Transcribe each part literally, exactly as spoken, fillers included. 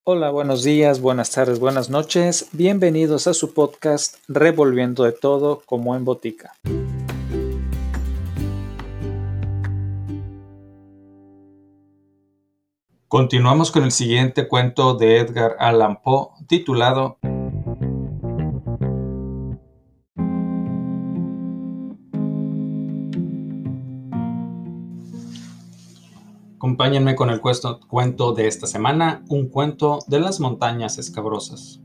Hola, buenos días, buenas tardes, buenas noches. Bienvenidos a su podcast Revolviendo de todo como en botica. Continuamos con el siguiente cuento de Edgar Allan Poe titulado Acompáñenme con el cuento de esta semana, un cuento de las montañas escabrosas.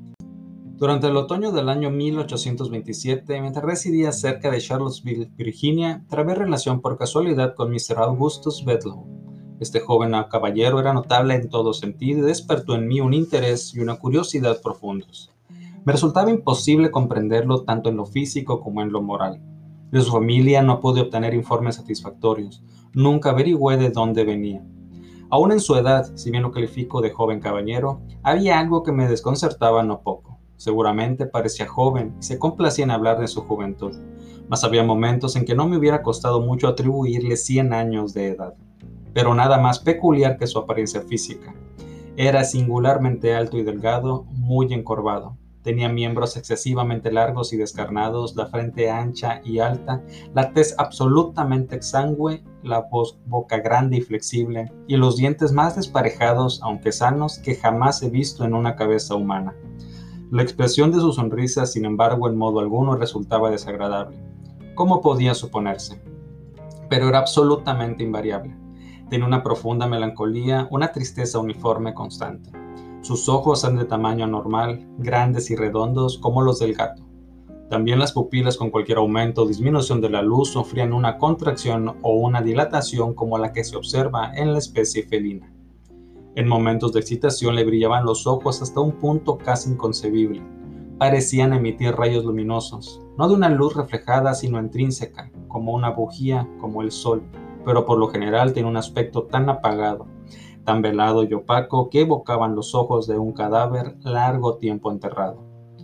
Durante el otoño del año mil ochocientos veintisiete, mientras residía cerca de Charlottesville, Virginia, trabé relación por casualidad con míster Augustus Bedloe. Este joven caballero era notable en todo sentido y despertó en mí un interés y una curiosidad profundos. Me resultaba imposible comprenderlo tanto en lo físico como en lo moral. De su familia no pude obtener informes satisfactorios. Nunca averigüé de dónde venía. Aún en su edad, si bien lo califico de joven caballero, había algo que me desconcertaba no poco. Seguramente parecía joven y se complacía en hablar de su juventud, mas había momentos en que no me hubiera costado mucho atribuirle cien años de edad. Pero nada más peculiar que su apariencia física. Era singularmente alto y delgado, muy encorvado. Tenía miembros excesivamente largos y descarnados, la frente ancha y alta, la tez absolutamente exangüe, la voz, boca grande y flexible, y los dientes más desparejados, aunque sanos, que jamás he visto en una cabeza humana. La expresión de su sonrisa, sin embargo, en modo alguno resultaba desagradable. ¿Cómo podía suponerse? Pero era absolutamente invariable. Tenía una profunda melancolía, una tristeza uniforme constante. Sus ojos eran de tamaño anormal, grandes y redondos como los del gato. También las pupilas con cualquier aumento o disminución de la luz sufrían una contracción o una dilatación como la que se observa en la especie felina. En momentos de excitación le brillaban los ojos hasta un punto casi inconcebible. Parecían emitir rayos luminosos, no de una luz reflejada sino intrínseca, como una bujía, como el sol, pero por lo general tenía un aspecto tan apagado, tan velado y opaco que evocaban los ojos de un cadáver largo tiempo enterrado.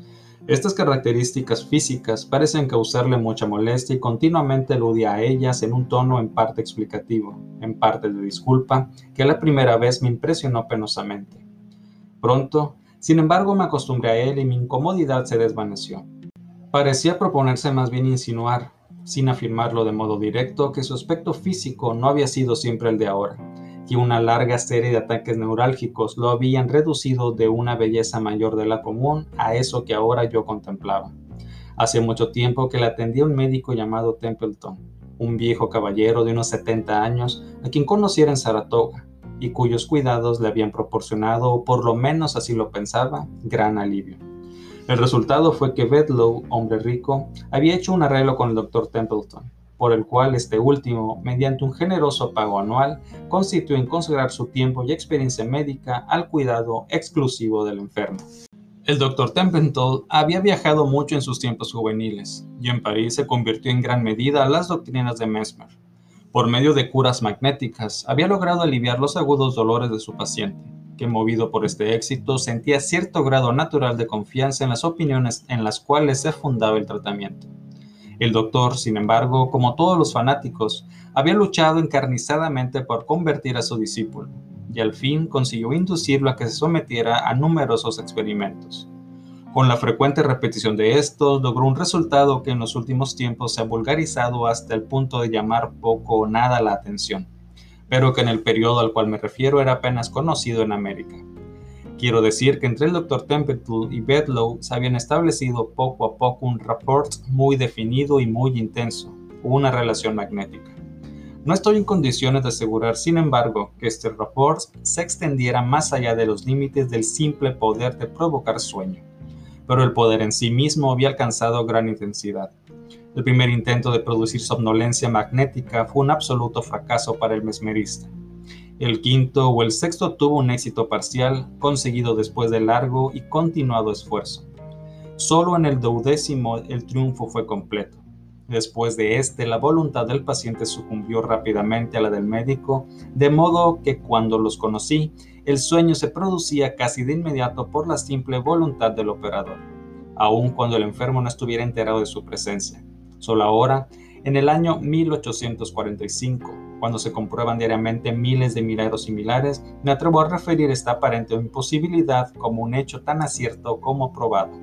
Estas características físicas parecen causarle mucha molestia y continuamente aludía a ellas en un tono en parte explicativo, en parte de disculpa, que la primera vez me impresionó penosamente. Pronto, sin embargo, me acostumbré a él y mi incomodidad se desvaneció. Parecía proponerse más bien insinuar, sin afirmarlo de modo directo, que su aspecto físico no había sido siempre el de ahora, que una larga serie de ataques neurálgicos lo habían reducido de una belleza mayor de la común a eso que ahora yo contemplaba. Hacía mucho tiempo que le atendía un médico llamado Templeton, un viejo caballero de unos setenta años, a quien conociera en Saratoga, y cuyos cuidados le habían proporcionado, o por lo menos así lo pensaba, gran alivio. El resultado fue que Bedloe, hombre rico, había hecho un arreglo con el doctor Templeton, por el cual este último, mediante un generoso pago anual, consistió en consagrar su tiempo y experiencia médica al cuidado exclusivo del enfermo. El doctor Templeton había viajado mucho en sus tiempos juveniles, y en París se convirtió en gran medida a las doctrinas de Mesmer. Por medio de curas magnéticas, había logrado aliviar los agudos dolores de su paciente, que movido por este éxito sentía cierto grado natural de confianza en las opiniones en las cuales se fundaba el tratamiento. El doctor, sin embargo, como todos los fanáticos, había luchado encarnizadamente por convertir a su discípulo, y al fin consiguió inducirlo a que se sometiera a numerosos experimentos. Con la frecuente repetición de estos, logró un resultado que en los últimos tiempos se ha vulgarizado hasta el punto de llamar poco o nada la atención, pero que en el periodo al cual me refiero era apenas conocido en América. Quiero decir que entre el doctor Templeton y Bedloe se habían establecido poco a poco un rapport muy definido y muy intenso, una relación magnética. No estoy en condiciones de asegurar, sin embargo, que este rapport se extendiera más allá de los límites del simple poder de provocar sueño, pero el poder en sí mismo había alcanzado gran intensidad. El primer intento de producir somnolencia magnética fue un absoluto fracaso para el mesmerista. El quinto o el sexto tuvo un éxito parcial, conseguido después de largo y continuado esfuerzo. Solo en el duodécimo el triunfo fue completo. Después de este, la voluntad del paciente sucumbió rápidamente a la del médico, de modo que cuando los conocí, el sueño se producía casi de inmediato por la simple voluntad del operador, aun cuando el enfermo no estuviera enterado de su presencia. Solo ahora, en el año mil ochocientos cuarenta y cinco, Cuando se comprueban diariamente miles de milagros similares, me atrevo a referir esta aparente imposibilidad como un hecho tan acierto como probado.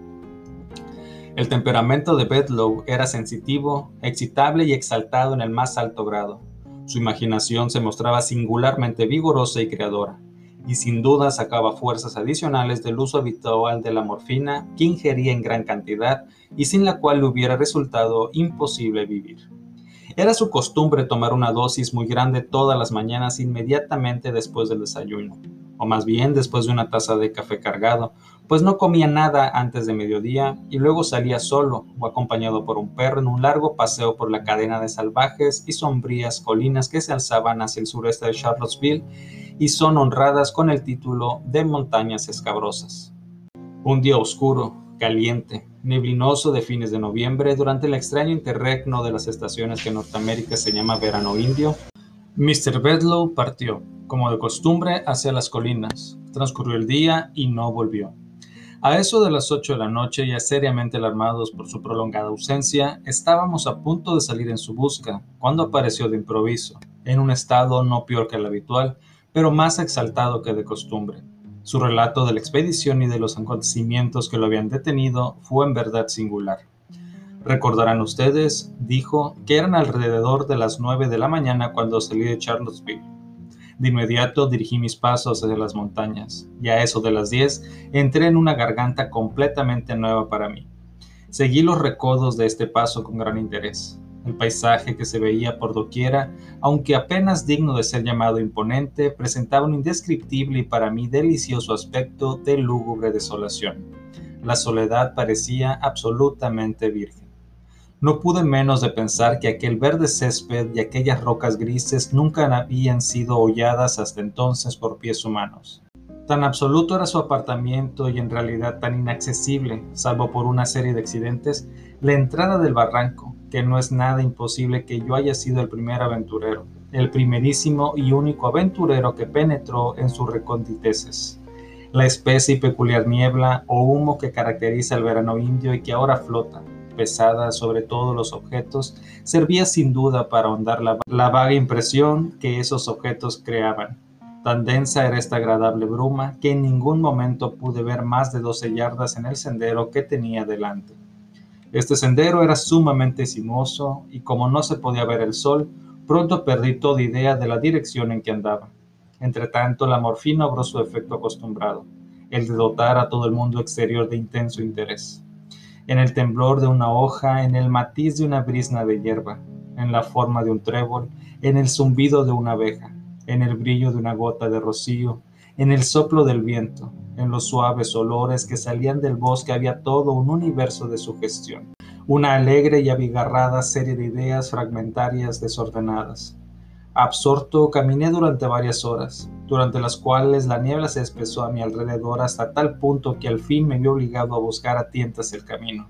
El temperamento de Bedloe era sensitivo, excitable y exaltado en el más alto grado. Su imaginación se mostraba singularmente vigorosa y creadora, y sin duda sacaba fuerzas adicionales del uso habitual de la morfina que ingería en gran cantidad y sin la cual le hubiera resultado imposible vivir. Era su costumbre tomar una dosis muy grande todas las mañanas inmediatamente después del desayuno, o más bien después de una taza de café cargado, pues no comía nada antes de mediodía y luego salía solo o acompañado por un perro en un largo paseo por la cadena de salvajes y sombrías colinas que se alzaban hacia el sureste de Charlottesville y son honradas con el título de Montañas Escabrosas. Un día oscuro, caliente, neblinoso de fines de noviembre, durante el extraño interregno de las estaciones que en Norteamérica se llama verano indio, míster Bedloe partió, como de costumbre, hacia las colinas. Transcurrió el día y no volvió. A eso de las ocho de la noche, ya seriamente alarmados por su prolongada ausencia, estábamos a punto de salir en su busca, cuando apareció de improviso, en un estado no peor que el habitual, pero más exaltado que de costumbre. Su relato de la expedición y de los acontecimientos que lo habían detenido fue en verdad singular. Recordarán ustedes, dijo, que eran alrededor de las nueve de la mañana cuando salí de Charlottesville. De inmediato dirigí mis pasos hacia las montañas, y a eso de las diez entré en una garganta completamente nueva para mí. Seguí los recodos de este paso con gran interés. El paisaje que se veía por doquiera, aunque apenas digno de ser llamado imponente, presentaba un indescriptible y para mí delicioso aspecto de lúgubre desolación. La soledad parecía absolutamente virgen. No pude menos de pensar que aquel verde césped y aquellas rocas grises nunca habían sido holladas hasta entonces por pies humanos. Tan absoluto era su apartamiento y en realidad tan inaccesible, salvo por una serie de accidentes, la entrada del barranco, que no es nada imposible que yo haya sido el primer aventurero, el primerísimo y único aventurero que penetró en sus recónditeces. La espesa y peculiar niebla o humo que caracteriza el verano indio y que ahora flota, pesada sobre todos los objetos, servía sin duda para ahondar la, la vaga impresión que esos objetos creaban. Tan densa era esta agradable bruma que en ningún momento pude ver más de doce yardas en el sendero que tenía delante. Este sendero era sumamente sinuoso y como no se podía ver el sol, pronto perdí toda idea de la dirección en que andaba. Entretanto, la morfina obró su efecto acostumbrado, el de dotar a todo el mundo exterior de intenso interés. En el temblor de una hoja, en el matiz de una brizna de hierba, en la forma de un trébol, en el zumbido de una abeja, en el brillo de una gota de rocío, en el soplo del viento, en los suaves olores que salían del bosque había todo un universo de sugestión, una alegre y abigarrada serie de ideas fragmentarias desordenadas. Absorto, caminé durante varias horas, durante las cuales la niebla se espesó a mi alrededor hasta tal punto que al fin me vi obligado a buscar a tientas el camino.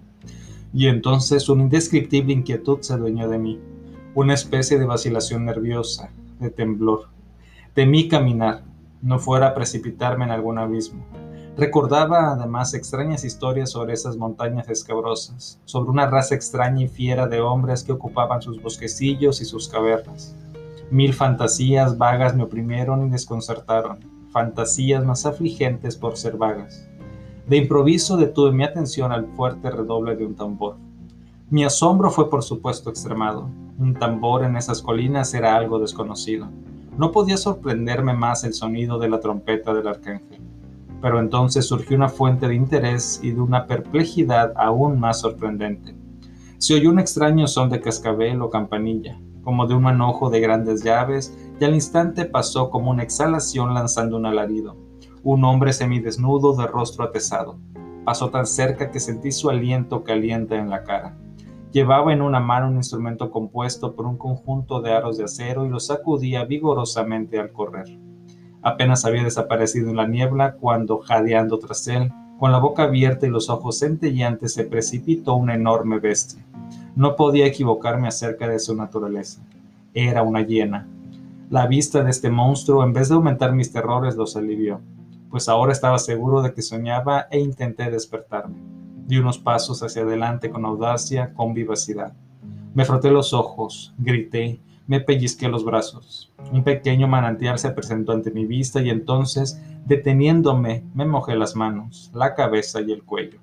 Y entonces una indescriptible inquietud se adueñó de mí, una especie de vacilación nerviosa, de temblor. Temí caminar, no fuera a precipitarme en algún abismo. Recordaba además extrañas historias sobre esas montañas escabrosas, sobre una raza extraña y fiera de hombres que ocupaban sus bosquecillos y sus cavernas. Mil fantasías vagas me oprimieron y desconcertaron, fantasías más afligentes por ser vagas. De improviso detuve mi atención al fuerte redoble de un tambor. Mi asombro fue por supuesto extremado. Un tambor en esas colinas era algo desconocido. No podía sorprenderme más el sonido de la trompeta del arcángel. Pero entonces surgió una fuente de interés y de una perplejidad aún más sorprendente. Se oyó un extraño son de cascabel o campanilla, como de un manojo de grandes llaves, y al instante pasó como una exhalación lanzando un alarido. Un hombre semidesnudo de rostro atezado. Pasó tan cerca que sentí su aliento caliente en la cara. Llevaba en una mano un instrumento compuesto por un conjunto de aros de acero y lo sacudía vigorosamente al correr. Apenas había desaparecido en la niebla cuando, jadeando tras él, con la boca abierta y los ojos centelleantes, se precipitó una enorme bestia. No podía equivocarme acerca de su naturaleza. Era una hiena. La vista de este monstruo, en vez de aumentar mis terrores, los alivió, pues ahora estaba seguro de que soñaba e intenté despertarme. Di unos pasos hacia adelante con audacia, con vivacidad. Me froté los ojos, grité, Me pellizqué los brazos. Un pequeño manantial se presentó ante mi vista y entonces, deteniéndome, me mojé las manos, la cabeza y el cuello.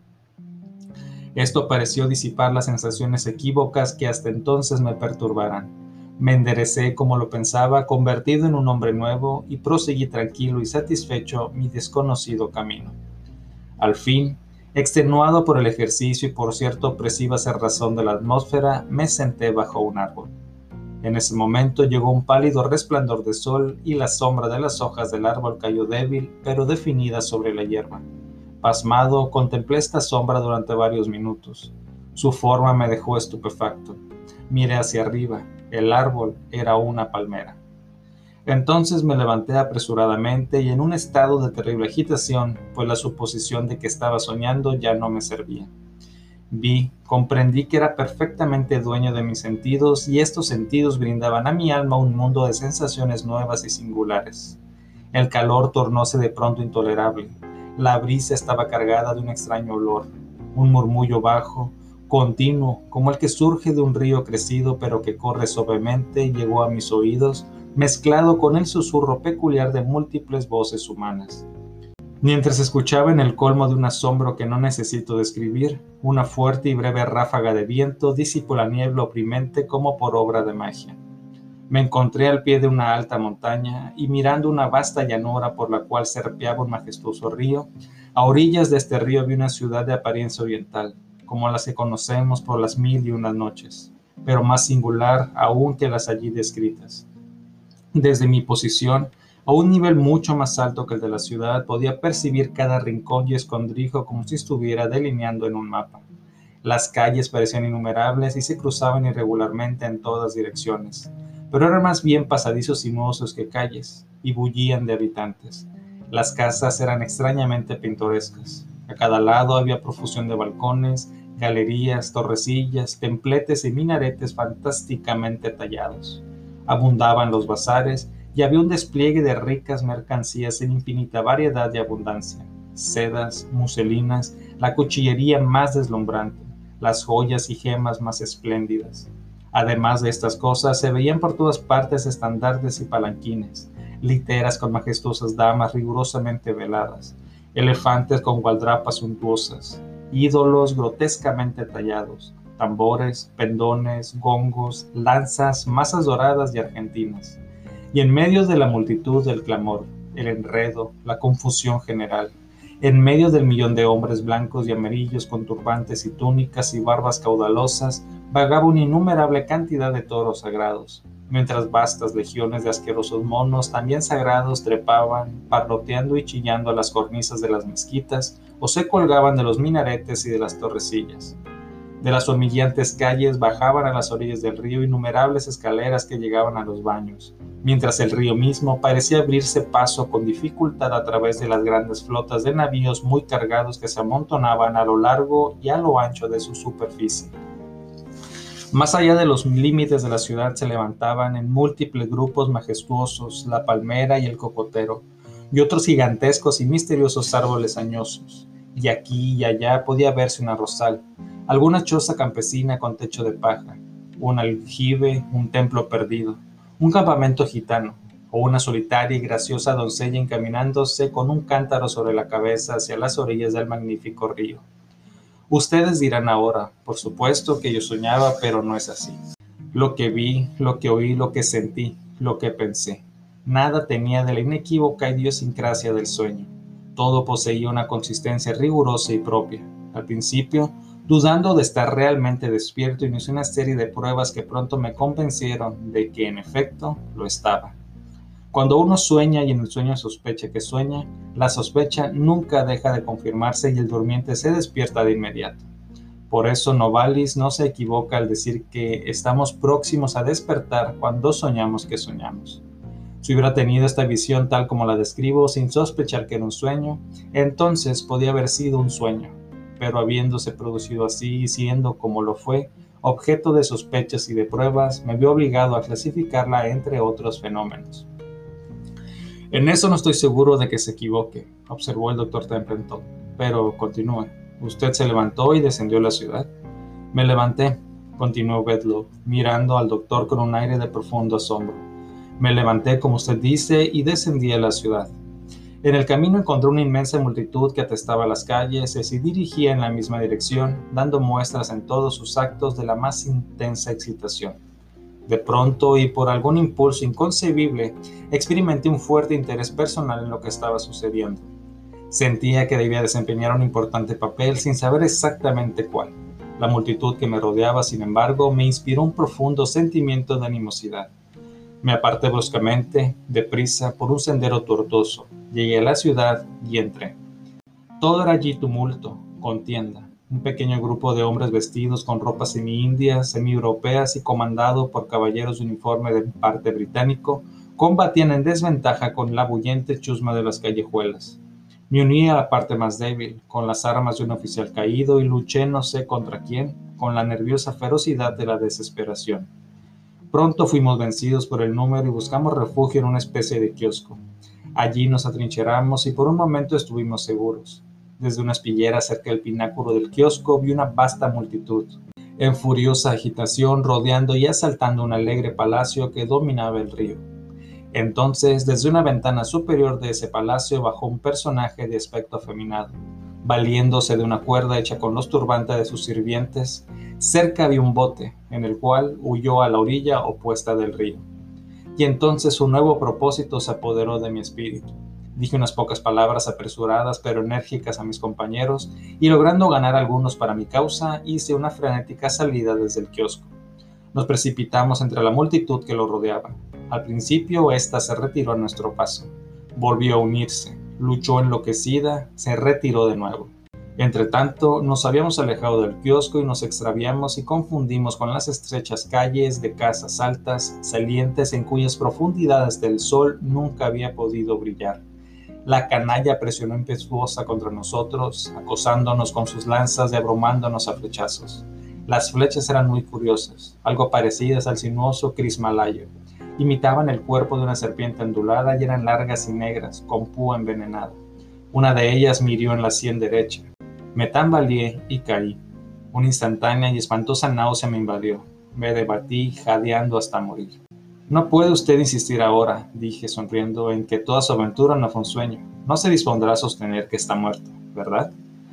Esto pareció disipar las sensaciones equívocas que hasta entonces me perturbaran. Me enderecé como lo pensaba, convertido en un hombre nuevo, y proseguí tranquilo y satisfecho mi desconocido camino. Al fin, extenuado por el ejercicio y por cierta opresiva cerrazón de la atmósfera, me senté bajo un árbol. En ese momento llegó un pálido resplandor de sol y la sombra de las hojas del árbol cayó débil pero definida sobre la hierba. Pasmado, contemplé esta sombra durante varios minutos. Su forma me dejó estupefacto. Miré hacia arriba. El árbol era una palmera. Entonces me levanté apresuradamente y en un estado de terrible agitación, pues la suposición de que estaba soñando ya no me servía. Vi, comprendí que era perfectamente dueño de mis sentidos y estos sentidos brindaban a mi alma un mundo de sensaciones nuevas y singulares. El calor tornóse de pronto intolerable. La brisa estaba cargada de un extraño olor, un murmullo bajo, continuo, como el que surge de un río crecido pero que corre suavemente, llegó a mis oídos, mezclado con el susurro peculiar de múltiples voces humanas. Mientras escuchaba en el colmo de un asombro que no necesito describir, una fuerte y breve ráfaga de viento disipó la niebla oprimente como por obra de magia. Me encontré al pie de una alta montaña y mirando una vasta llanura por la cual serpeaba un majestuoso río, a orillas de este río vi una ciudad de apariencia oriental, como las que conocemos por las mil y una noches, pero más singular aún que las allí descritas. Desde mi posición, a un nivel mucho más alto que el de la ciudad, podía percibir cada rincón y escondrijo como si estuviera delineando en un mapa. Las calles parecían innumerables y se cruzaban irregularmente en todas direcciones, pero eran más bien pasadizos sinuosos que calles, y bullían de habitantes. Las casas eran extrañamente pintorescas. A cada lado había profusión de balcones, galerías, torrecillas, templetes y minaretes fantásticamente tallados. Abundaban los bazares y había un despliegue de ricas mercancías en infinita variedad y abundancia. Sedas, muselinas, la cuchillería más deslumbrante, las joyas y gemas más espléndidas. Además de estas cosas, se veían por todas partes estandartes y palanquines, literas con majestuosas damas rigurosamente veladas, elefantes con gualdrapas suntuosas, ídolos grotescamente tallados, tambores, pendones, gongos, lanzas, masas doradas y argentinas. Y en medio de la multitud del clamor, el enredo, la confusión general, en medio del millón de hombres blancos y amarillos con turbantes y túnicas y barbas caudalosas, vagaba una innumerable cantidad de toros sagrados, mientras vastas legiones de asquerosos monos, también sagrados, trepaban, parloteando y chillando a las cornisas de las mezquitas o se colgaban de los minaretes y de las torrecillas. De las humillantes calles bajaban a las orillas del río innumerables escaleras que llegaban a los baños, mientras el río mismo parecía abrirse paso con dificultad a través de las grandes flotas de navíos muy cargados que se amontonaban a lo largo y a lo ancho de su superficie. Más allá de los límites de la ciudad se levantaban en múltiples grupos majestuosos la palmera y el cocotero, y otros gigantescos y misteriosos árboles añosos, y aquí y allá podía verse un arrozal, alguna choza campesina con techo de paja, un aljibe, un templo perdido, un campamento gitano, o una solitaria y graciosa doncella encaminándose con un cántaro sobre la cabeza hacia las orillas del magnífico río. Ustedes dirán ahora, por supuesto que yo soñaba, pero no es así. Lo que vi, lo que oí, lo que sentí, lo que pensé, nada tenía de la inequívoca idiosincrasia del sueño. Todo poseía una consistencia rigurosa y propia. Al principio, dudando de estar realmente despierto, inicié una serie de pruebas que pronto me convencieron de que, en efecto, lo estaba. Cuando uno sueña y en el sueño sospecha que sueña, la sospecha nunca deja de confirmarse y el durmiente se despierta de inmediato. Por eso Novalis no se equivoca al decir que estamos próximos a despertar cuando soñamos que soñamos. Si hubiera tenido esta visión tal como la describo, sin sospechar que era un sueño, entonces podía haber sido un sueño, pero habiéndose producido así y siendo como lo fue, objeto de sospechas y de pruebas, me vio obligado a clasificarla entre otros fenómenos. En eso no estoy seguro de que se equivoque, observó el doctor Templeton, pero continúe. Usted se levantó y descendió a la ciudad. Me levanté. continuó Bedloe, mirando al doctor con un aire de profundo asombro. Me levanté, como usted dice, y descendí a la ciudad. En el camino encontré una inmensa multitud que atestaba las calles y se dirigía en la misma dirección, dando muestras en todos sus actos de la más intensa excitación. De pronto, y por algún impulso inconcebible, experimenté un fuerte interés personal en lo que estaba sucediendo. Sentía que debía desempeñar un importante papel sin saber exactamente cuál. La multitud que me rodeaba, sin embargo, me inspiró un profundo sentimiento de animosidad. Me aparté bruscamente, deprisa, por un sendero tortuoso. Llegué a la ciudad y entré. Todo era allí tumulto, contienda. Un pequeño grupo de hombres vestidos con ropas semi-indias, semi-europeas y comandado por caballeros de uniforme de parte británico, combatían en desventaja con la bullente chusma de las callejuelas. Me uní a la parte más débil, con las armas de un oficial caído, y luché no sé contra quién, con la nerviosa ferocidad de la desesperación. Pronto fuimos vencidos por el número y buscamos refugio en una especie de kiosco. Allí nos atrincheramos y por un momento estuvimos seguros. Desde una espillera cerca del pináculo del kiosco vi una vasta multitud, en furiosa agitación, rodeando y asaltando un alegre palacio que dominaba el río. Entonces, desde una ventana superior de ese palacio bajó un personaje de aspecto afeminado. Valiéndose de una cuerda hecha con los turbantes de sus sirvientes, cerca había un bote, en el cual huyó a la orilla opuesta del río. Y entonces un nuevo propósito se apoderó de mi espíritu. Dije unas pocas palabras apresuradas pero enérgicas a mis compañeros, y logrando ganar algunos para mi causa, hice una frenética salida desde el kiosco. Nos precipitamos entre la multitud que lo rodeaba. Al principio, ésta se retiró a nuestro paso. Volvió a unirse, luchó enloquecida, se retiró de nuevo. Entretanto, nos habíamos alejado del kiosco y nos extraviamos y confundimos con las estrechas calles de casas altas, salientes, en cuyas profundidades del sol nunca había podido brillar. La canalla presionó impetuosa contra nosotros, acosándonos con sus lanzas y abrumándonos a flechazos. Las flechas eran muy curiosas, algo parecidas al sinuoso crismalayo. Imitaban el cuerpo de una serpiente ondulada y eran largas y negras, con púa envenenada. Una de ellas me hirió en la sien derecha. Me tambaleé y caí. Una instantánea y espantosa náusea me invadió. Me debatí, jadeando hasta morir. No puede usted insistir ahora, dije sonriendo, en que toda su aventura no fue un sueño. No se dispondrá a sostener que está muerto, ¿verdad?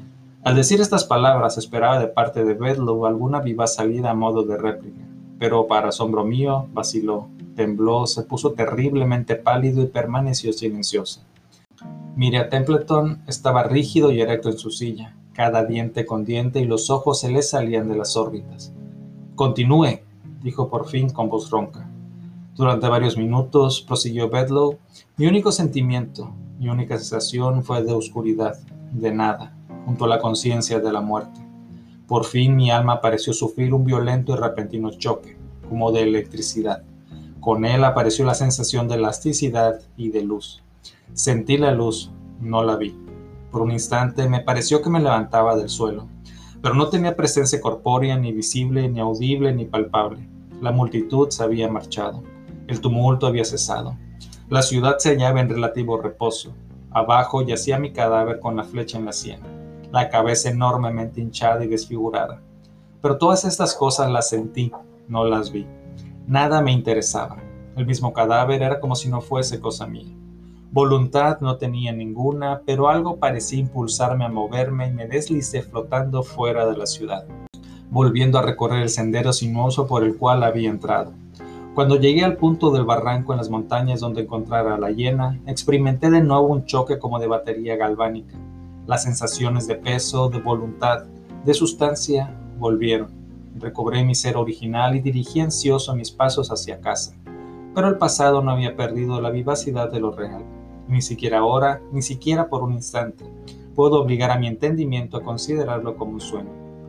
Al decir estas palabras esperaba de parte de Bedloe alguna vivaz salida a modo de réplica, pero para asombro mío vaciló, tembló, se puso terriblemente pálido y permaneció silencioso. Miré a Templeton, estaba rígido y erecto en su silla, cada diente con diente, y los ojos se le salían de las órbitas. «Continúe», dijo por fin con voz ronca. Durante varios minutos, prosiguió Bedloe, mi único sentimiento, mi única sensación fue de oscuridad, de nada, junto a la conciencia de la muerte. Por fin mi alma pareció sufrir un violento y repentino choque, como de electricidad. Con él apareció la sensación de elasticidad y de luz. Sentí la luz, no la vi. Por un instante me pareció que me levantaba del suelo, pero no tenía presencia corpórea, ni visible, ni audible, ni palpable. La multitud se había marchado. El tumulto había cesado. La ciudad se hallaba en relativo reposo. Abajo yacía mi cadáver con la flecha en la sien, la cabeza enormemente hinchada y desfigurada. Pero todas estas cosas las sentí, no las vi. Nada me interesaba. El mismo cadáver era como si no fuese cosa mía. Voluntad no tenía ninguna, pero algo parecía impulsarme a moverme y me deslicé flotando fuera de la ciudad, volviendo a recorrer el sendero sinuoso por el cual había entrado. Cuando llegué al punto del barranco en las montañas donde encontrara a la hiena, experimenté de nuevo un choque como de batería galvánica. Las sensaciones de peso, de voluntad, de sustancia volvieron. Recobré mi ser original y dirigí ansioso mis pasos hacia casa. Pero el pasado no había perdido la vivacidad de lo real. Ni siquiera ahora, ni siquiera por un instante, puedo obligar a mi entendimiento a considerarlo como un sueño.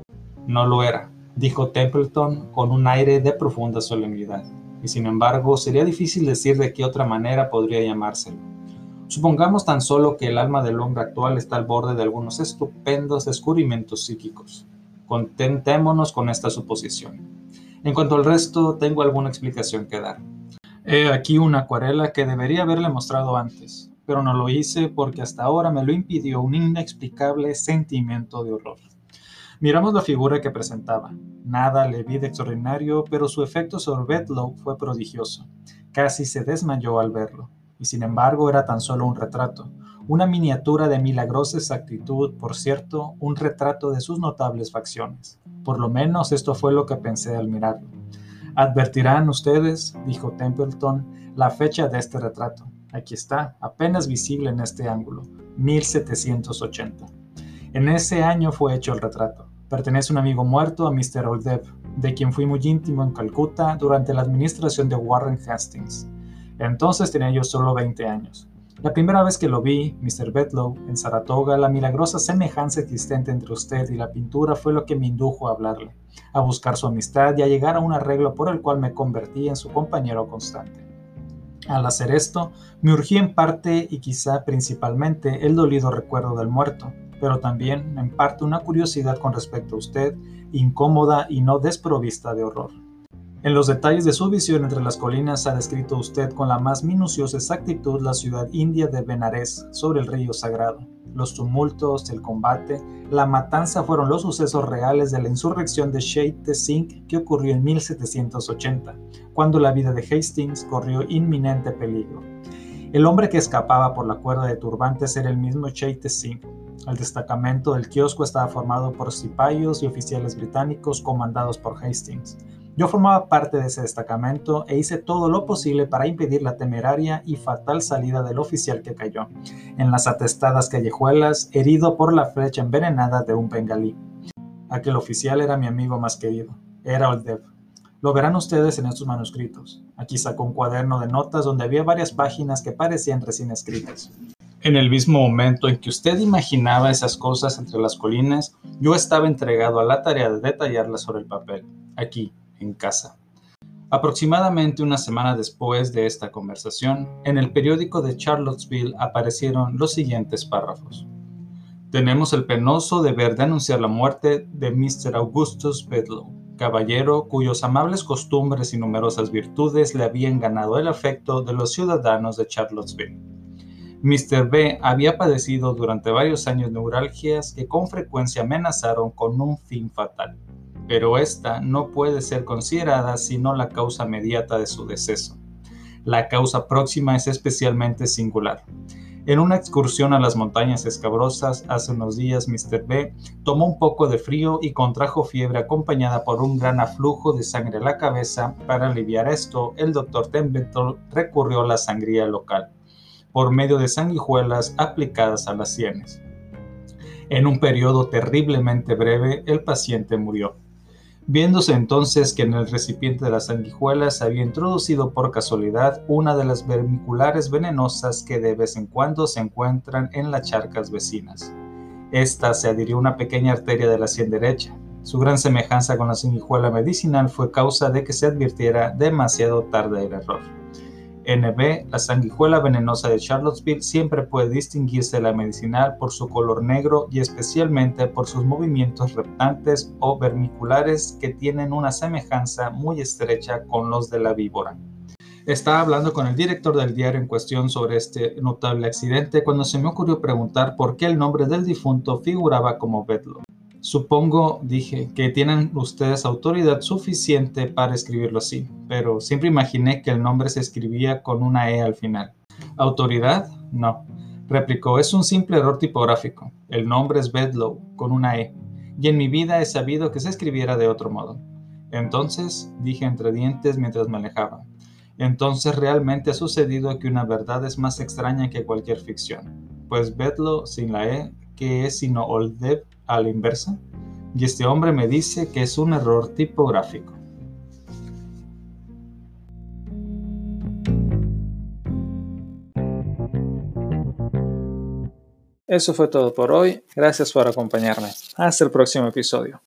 No lo era, dijo Templeton con un aire de profunda solemnidad, y sin embargo sería difícil decir de qué otra manera podría llamárselo. Supongamos tan solo que el alma del hombre actual está al borde de algunos estupendos descubrimientos psíquicos. Contentémonos con esta suposición. En cuanto al resto, tengo alguna explicación que dar. He aquí una acuarela que debería haberle mostrado antes, pero no lo hice porque hasta ahora me lo impidió un inexplicable sentimiento de horror. Miramos la figura que presentaba. Nada le vi de extraordinario, pero su efecto sobre Bedloe fue prodigioso. Casi se desmayó al verlo, y sin embargo era tan solo un retrato. Una miniatura de milagrosa exactitud, por cierto, un retrato de sus notables facciones. Por lo menos esto fue lo que pensé al mirarlo. Advertirán ustedes, dijo Templeton, la fecha de este retrato. Aquí está, apenas visible en este ángulo, mil setecientos ochenta. En ese año fue hecho el retrato. Pertenece a un amigo muerto, a mister Oldeb, de quien fui muy íntimo en Calcuta durante la administración de Warren Hastings. Entonces tenía yo solo veinte años. La primera vez que lo vi, mister Bedloe, en Saratoga, la milagrosa semejanza existente entre usted y la pintura fue lo que me indujo a hablarle, a buscar su amistad y a llegar a un arreglo por el cual me convertí en su compañero constante. Al hacer esto, me urgía en parte y quizá principalmente el dolido recuerdo del muerto, pero también en parte una curiosidad con respecto a usted, incómoda y no desprovista de horror. En los detalles de su visión entre las colinas ha descrito usted con la más minuciosa exactitud la ciudad india de Benares sobre el río Sagrado. Los tumultos, el combate, la matanza fueron los sucesos reales de la insurrección de Cheyte Singh que ocurrió en mil setecientos ochenta, cuando la vida de Hastings corrió inminente peligro. El hombre que escapaba por la cuerda de turbantes era el mismo Cheyte Singh. El destacamento del kiosco estaba formado por cipayos y oficiales británicos comandados por Hastings. Yo formaba parte de ese destacamento e hice todo lo posible para impedir la temeraria y fatal salida del oficial que cayó, en las atestadas callejuelas, herido por la flecha envenenada de un bengalí. Aquel oficial era mi amigo más querido, era Oldeb. Lo verán ustedes en estos manuscritos. Aquí sacó un cuaderno de notas donde había varias páginas que parecían recién escritas. En el mismo momento en que usted imaginaba esas cosas entre las colinas, yo estaba entregado a la tarea de detallarlas sobre el papel, aquí, en casa. Aproximadamente una semana después de esta conversación, en el periódico de Charlottesville aparecieron los siguientes párrafos. Tenemos el penoso deber de anunciar la muerte de mister Augustus Bedloe, caballero cuyos amables costumbres y numerosas virtudes le habían ganado el afecto de los ciudadanos de Charlottesville. mister B había padecido durante varios años neuralgias que con frecuencia amenazaron con un fin fatal, pero esta no puede ser considerada sino la causa inmediata de su deceso. La causa próxima es especialmente singular. En una excursión a las montañas escabrosas hace unos días, mister B tomó un poco de frío y contrajo fiebre acompañada por un gran aflujo de sangre a la cabeza. Para aliviar esto, el doctor Templeton recurrió a la sangría local, por medio de sanguijuelas aplicadas a las sienes. En un periodo terriblemente breve, el paciente murió. Viéndose entonces que en el recipiente de las sanguijuelas se había introducido por casualidad una de las vermiculares venenosas que de vez en cuando se encuentran en las charcas vecinas. Esta se adhirió a una pequeña arteria de la sien derecha. Su gran semejanza con la sanguijuela medicinal fue causa de que se advirtiera demasiado tarde el error. N B, la sanguijuela venenosa de Charlottesville, siempre puede distinguirse de la medicinal por su color negro y especialmente por sus movimientos reptantes o vermiculares que tienen una semejanza muy estrecha con los de la víbora. Estaba hablando con el director del diario en cuestión sobre este notable accidente cuando se me ocurrió preguntar por qué el nombre del difunto figuraba como Bedloe. Supongo, dije, que tienen ustedes autoridad suficiente para escribirlo así, pero siempre imaginé que el nombre se escribía con una E al final. ¿Autoridad? No, replicó, es un simple error tipográfico. El nombre es Bedloe, con una E, y en mi vida he sabido que se escribiera de otro modo. Entonces, dije entre dientes mientras me alejaba, entonces realmente ha sucedido que una verdad es más extraña que cualquier ficción, pues Bedloe sin la E, ¿qué es sino Oldeb a la inversa? Y este hombre me dice que es un error tipográfico. Eso fue todo por hoy. Gracias por acompañarme. Hasta el próximo episodio.